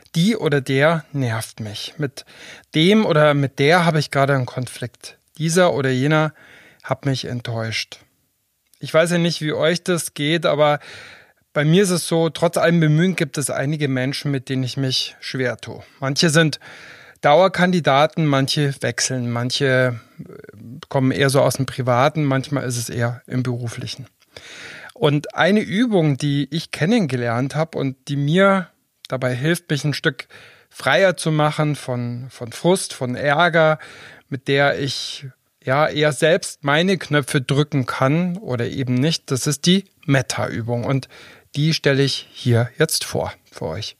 Die oder der nervt mich. Mit dem oder mit der habe ich gerade einen Konflikt. Dieser oder jener hat mich enttäuscht. Ich weiß ja nicht, wie euch das geht, aber bei mir ist es so, trotz allem Bemühen gibt es einige Menschen, mit denen ich mich schwer tue. Manche sind Dauerkandidaten, manche wechseln, manche kommen eher so aus dem Privaten, manchmal ist es eher im Beruflichen. Und eine Übung, die ich kennengelernt habe und die mir dabei hilft, mich ein Stück freier zu machen von Frust, von Ärger, mit der ich eher selbst meine Knöpfe drücken kann oder eben nicht, das ist die Metta-Übung. Und die stelle ich hier jetzt vor für euch.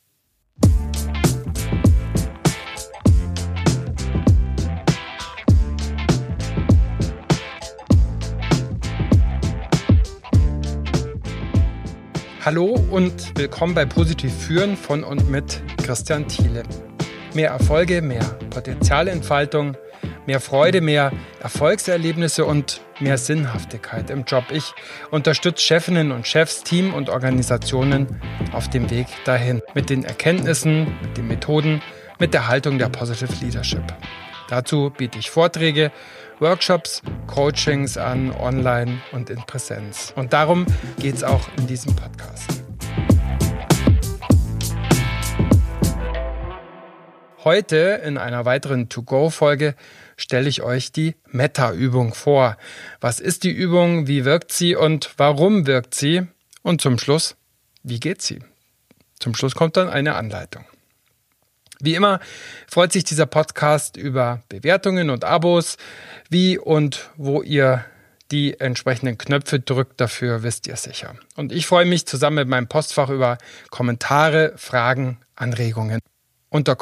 Hallo und willkommen bei Positiv Führen von und mit Christian Thiele. Mehr Erfolge, mehr Potenzialentfaltung, mehr Freude, mehr Erfolgserlebnisse und mehr Sinnhaftigkeit im Job. Ich unterstütze Chefinnen und Chefs, Team und Organisationen auf dem Weg dahin. Mit den Erkenntnissen, mit den Methoden, mit der Haltung der Positive Leadership. Dazu biete ich Vorträge, Workshops, Coachings an, online und in Präsenz. Und darum geht es auch in diesem Podcast. Heute in einer weiteren To-Go-Folge stelle ich euch die Metta-Übung vor. Was ist die Übung, wie wirkt sie und warum wirkt sie? Und zum Schluss, wie geht sie? Zum Schluss kommt dann eine Anleitung. Wie immer freut sich dieser Podcast über Bewertungen und Abos. Wie und wo ihr die entsprechenden Knöpfe drückt, dafür wisst ihr sicher. Und ich freue mich zusammen mit meinem Postfach über Kommentare, Fragen, Anregungen unter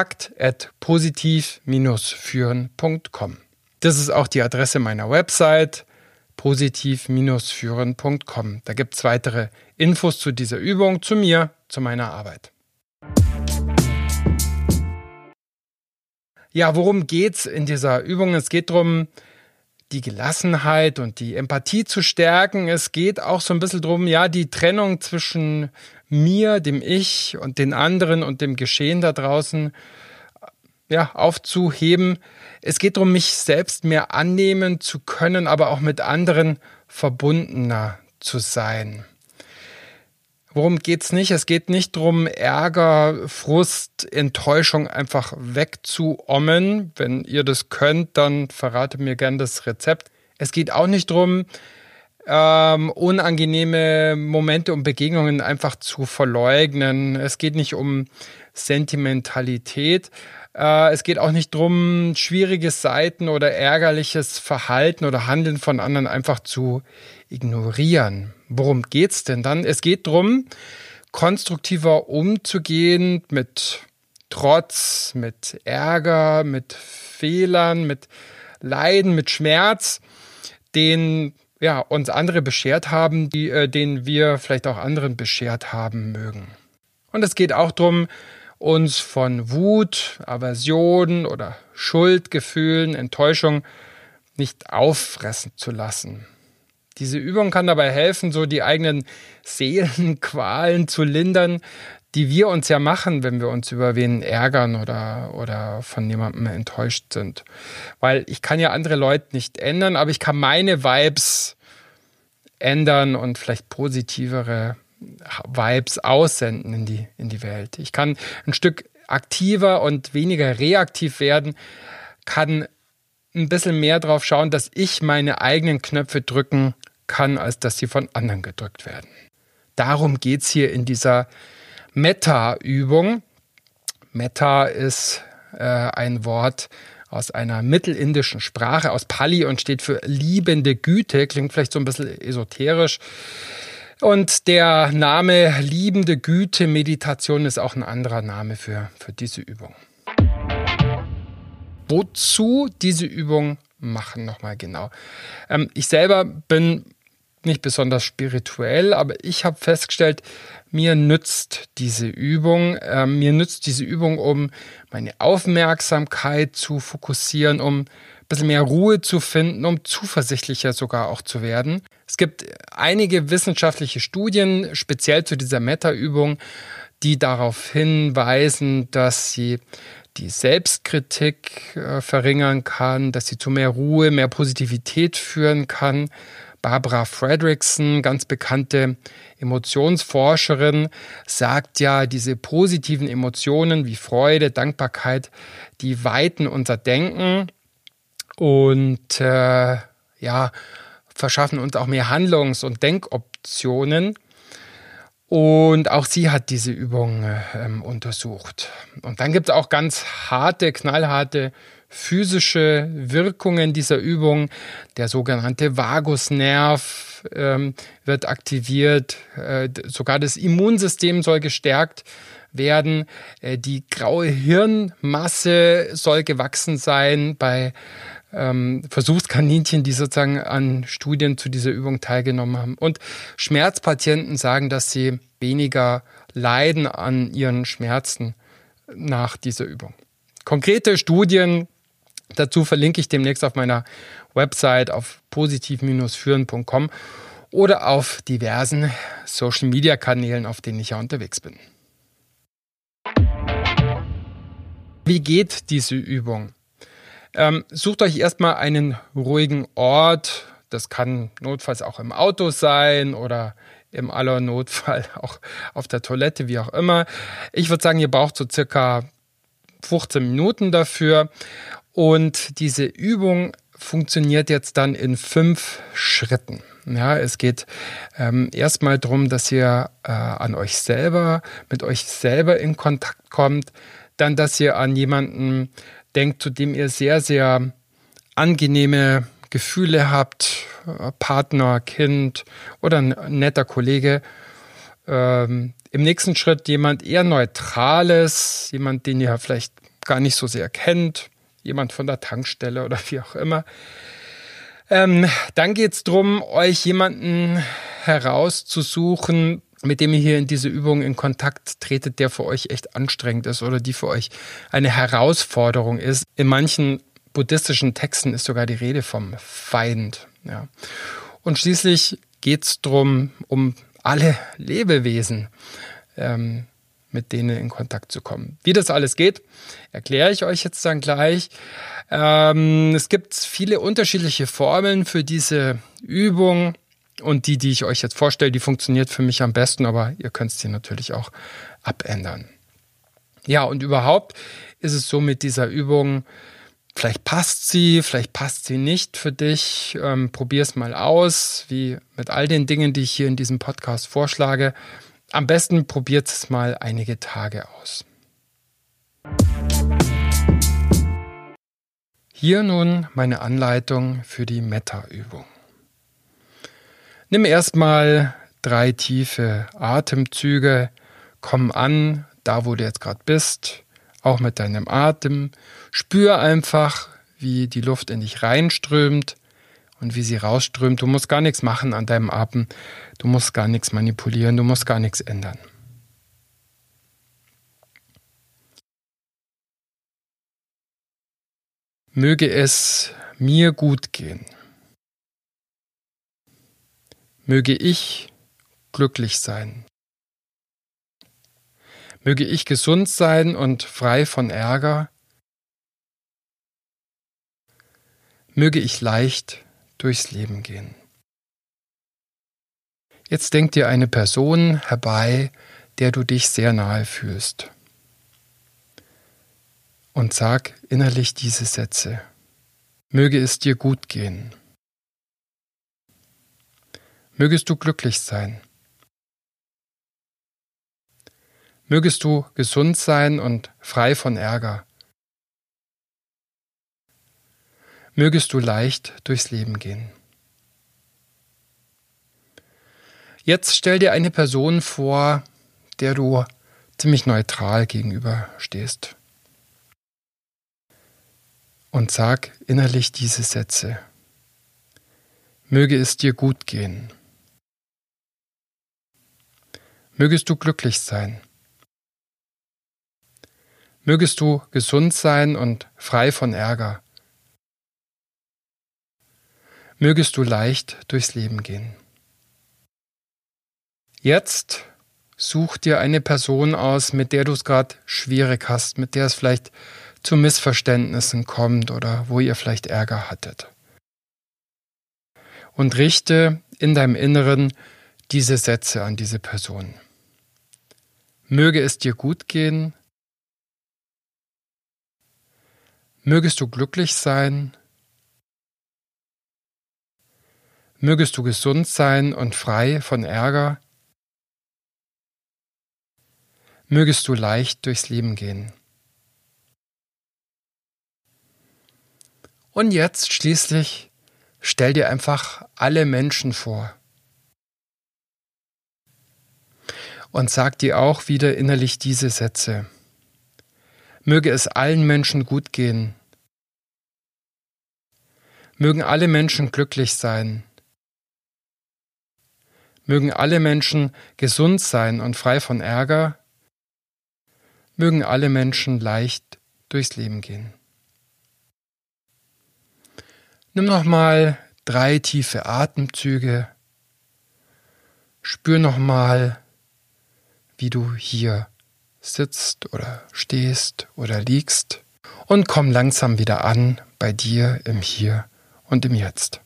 kontakt@positiv-führen.com. Das ist auch die Adresse meiner Website, positiv-führen.com. Da gibt es weitere Infos zu dieser Übung, zu mir, zu meiner Arbeit. Ja, worum geht's in dieser Übung? Es geht darum, die Gelassenheit und die Empathie zu stärken. Es geht auch so ein bisschen darum, die Trennung zwischen mir, dem Ich und den anderen und dem Geschehen da draußen aufzuheben. Es geht darum, mich selbst mehr annehmen zu können, aber auch mit anderen verbundener zu sein. Worum geht's nicht? Es geht nicht darum, Ärger, Frust, Enttäuschung einfach wegzuommen. Wenn ihr das könnt, dann verratet mir gern das Rezept. Es geht auch nicht darum, unangenehme Momente und Begegnungen einfach zu verleugnen. Es geht nicht um Sentimentalität. Es geht auch nicht darum, schwierige Seiten oder ärgerliches Verhalten oder Handeln von anderen einfach zu ignorieren. Worum geht's denn dann? Es geht darum, konstruktiver umzugehen mit Trotz, mit Ärger, mit Fehlern, mit Leiden, mit Schmerz, den uns andere beschert haben, den wir vielleicht auch anderen beschert haben mögen. Und es geht auch darum, uns von Wut, Aversion oder Schuldgefühlen, Enttäuschung nicht auffressen zu lassen. Diese Übung kann dabei helfen, so die eigenen Seelenqualen zu lindern, die wir uns ja machen, wenn wir uns über wen ärgern oder von jemandem enttäuscht sind. Weil ich kann ja andere Leute nicht ändern, aber ich kann meine Vibes ändern und vielleicht positivere Vibes aussenden in die Welt. Ich kann ein Stück aktiver und weniger reaktiv werden, kann ein bisschen mehr drauf schauen, dass ich meine eigenen Knöpfe drücken kann, als dass sie von anderen gedrückt werden. Darum geht es hier in dieser Metta-Übung. Metta ist ein Wort aus einer mittelindischen Sprache, aus Pali und steht für liebende Güte, klingt vielleicht so ein bisschen esoterisch. Und der Name liebende Güte Meditation ist auch ein anderer Name für diese Übung. Wozu diese Übung machen, nochmal genau. Ich selber bin nicht besonders spirituell, aber ich habe festgestellt, mir nützt diese Übung. Um meine Aufmerksamkeit zu fokussieren, um ein bisschen mehr Ruhe zu finden, um zuversichtlicher sogar auch zu werden. Es gibt einige wissenschaftliche Studien, speziell zu dieser Metta-Übung, die darauf hinweisen, dass sie die Selbstkritik verringern kann, dass sie zu mehr Ruhe, mehr Positivität führen kann. Barbara Fredrickson, ganz bekannte Emotionsforscherin, sagt ja, diese positiven Emotionen wie Freude, Dankbarkeit, die weiten unser Denken und verschaffen uns auch mehr Handlungs- und Denkoptionen. Und auch sie hat diese Übung untersucht. Und dann gibt es auch ganz harte, knallharte physische Wirkungen dieser Übung. Der sogenannte Vagusnerv wird aktiviert. Sogar das Immunsystem soll gestärkt werden. Die graue Hirnmasse soll gewachsen sein bei Versuchskaninchen, die sozusagen an Studien zu dieser Übung teilgenommen haben. Und Schmerzpatienten sagen, dass sie weniger leiden an ihren Schmerzen nach dieser Übung. Konkrete Studien dazu verlinke ich demnächst auf meiner Website auf positiv-führen.com oder auf diversen Social-Media-Kanälen, auf denen ich ja unterwegs bin. Wie geht diese Übung? Sucht euch erstmal einen ruhigen Ort. Das kann notfalls auch im Auto sein oder im Allernotfall auch auf der Toilette, wie auch immer. Ich würde sagen, ihr braucht so circa 15 Minuten dafür. Und diese Übung funktioniert jetzt dann in 5 Schritten. Ja, es geht erstmal darum, dass ihr mit euch selber in Kontakt kommt. Dann, dass ihr an jemanden denkt, zu dem ihr sehr, sehr angenehme Gefühle habt, Partner, Kind oder ein netter Kollege. Im nächsten Schritt jemand eher Neutrales, jemand, den ihr vielleicht gar nicht so sehr kennt, jemand von der Tankstelle oder wie auch immer. Dann geht es darum, euch jemanden herauszusuchen, mit dem ihr hier in diese Übung in Kontakt tretet, der für euch echt anstrengend ist oder die für euch eine Herausforderung ist. In manchen buddhistischen Texten ist sogar die Rede vom Feind. Ja. Und schließlich geht es darum, um alle Lebewesen, mit denen in Kontakt zu kommen. Wie das alles geht, erkläre ich euch jetzt dann gleich. Es gibt viele unterschiedliche Formeln für diese Übung. Und die ich euch jetzt vorstelle, die funktioniert für mich am besten, aber ihr könnt sie natürlich auch abändern. Ja, und überhaupt ist es so mit dieser Übung, vielleicht passt sie nicht für dich. Probier es mal aus, wie mit all den Dingen, die ich hier in diesem Podcast vorschlage. Am besten probiert es mal einige Tage aus. Hier nun meine Anleitung für die Metta-Übung. Nimm erstmal 3 tiefe Atemzüge, komm an, da wo du jetzt gerade bist, auch mit deinem Atem. Spür einfach, wie die Luft in dich reinströmt und wie sie rausströmt. Du musst gar nichts machen an deinem Atem, du musst gar nichts manipulieren, du musst gar nichts ändern. Möge es mir gut gehen. Möge ich glücklich sein. Möge ich gesund sein und frei von Ärger. Möge ich leicht durchs Leben gehen. Jetzt denk dir eine Person herbei, der du dich sehr nahe fühlst. Und sag innerlich diese Sätze. Möge es dir gut gehen. Mögest du glücklich sein. Mögest du gesund sein und frei von Ärger. Mögest du leicht durchs Leben gehen. Jetzt stell dir eine Person vor, der du ziemlich neutral gegenüber stehst. Und sag innerlich diese Sätze. Möge es dir gut gehen. Mögest du glücklich sein. Mögest du gesund sein und frei von Ärger. Mögest du leicht durchs Leben gehen. Jetzt Such dir eine Person aus, mit der du es gerade schwierig hast, mit der es vielleicht zu Missverständnissen kommt oder wo ihr vielleicht Ärger hattet. Und richte in deinem Inneren diese Sätze an diese Person. Möge es dir gut gehen. Mögest du glücklich sein. Mögest du gesund sein und frei von Ärger. Mögest du leicht durchs Leben gehen. Und jetzt schließlich stell dir einfach alle Menschen vor. Und sag dir auch wieder innerlich diese Sätze. Möge es allen Menschen gut gehen. Mögen alle Menschen glücklich sein. Mögen alle Menschen gesund sein und frei von Ärger. Mögen alle Menschen leicht durchs Leben gehen. Nimm nochmal 3 tiefe Atemzüge. Spür nochmal, wie du hier sitzt oder stehst oder liegst und komm langsam wieder an bei dir im Hier und im Jetzt.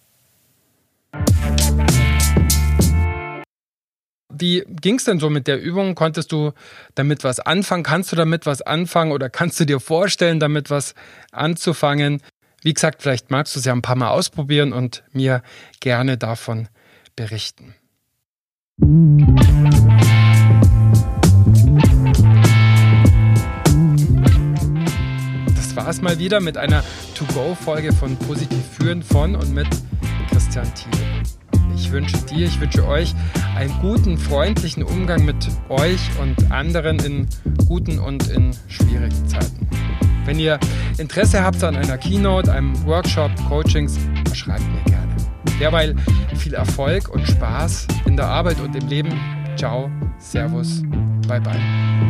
Wie ging es denn so mit der Übung? Konntest du damit was anfangen? Kannst du damit was anfangen oder kannst du dir vorstellen, damit was anzufangen? Wie gesagt, vielleicht magst du es ja ein paar Mal ausprobieren und mir gerne davon berichten. Das war es mal wieder mit einer To-Go-Folge von Positiv Führen von und mit Christian Thiel. Ich wünsche euch einen guten, freundlichen Umgang mit euch und anderen in guten und in schwierigen Zeiten. Wenn ihr Interesse habt an einer Keynote, einem Workshop, Coachings, schreibt mir gerne. Derweil viel Erfolg und Spaß in der Arbeit und im Leben. Ciao, Servus, bye bye.